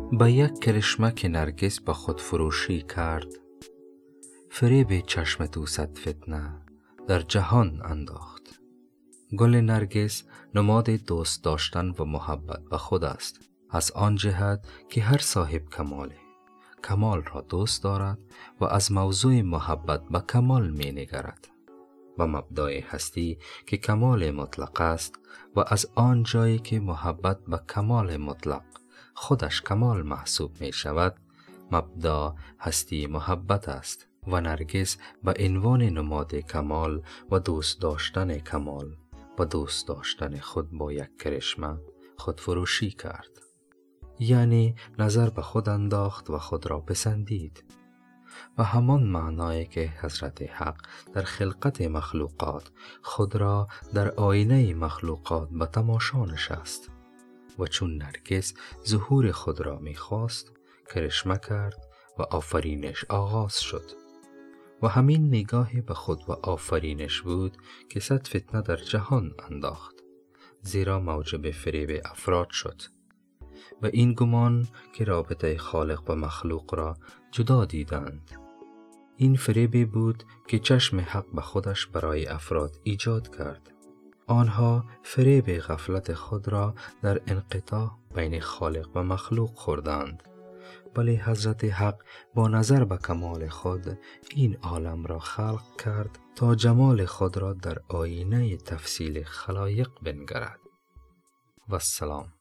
با یک کرشمه که نرگس با خود فروشی کرد، فریب چشم تو صد فتنه در جهان انداخت. گل نرگس نماد دوست داشتن و محبت به خود است، از آن جهت که هر صاحب کمال را دوست دارد و از موضوع محبت به کمال می نگرد و مبدأ هستی که کمال مطلق است و از آن جایی که محبت به کمال مطلق خودش کمال محسوب می شود، مبدأ هستی محبت است و نرگس به عنوان نماد کمال و دوست داشتن کمال و دوست داشتن خود با یک کرشمه خود فروشی کرد، یعنی نظر به خود انداخت و خود را پسندید. و همان معنایی که حضرت حق در خلقت مخلوقات خود را در آینه مخلوقات به تماشا نشست و چون نرگس ظهور خود را می‌خواست، کرشمه کرد و آفرینش آغاز شد. و همین نگاه به خود و آفرینش بود که صد فتنه در جهان انداخت، زیرا موجب فریب افراد شد و این گمان که رابطه خالق و مخلوق را جدا دیدند. این فریبی بود که چشم حق به خودش برای افراد ایجاد کرد. آنها فریب غفلت خود را در انقطاع بین خالق و مخلوق خوردند، ولی حضرت حق با نظر به کمال خود این عالم را خلق کرد تا جمال خود را در آینه تفصیل خلایق بنگرد. و السلام.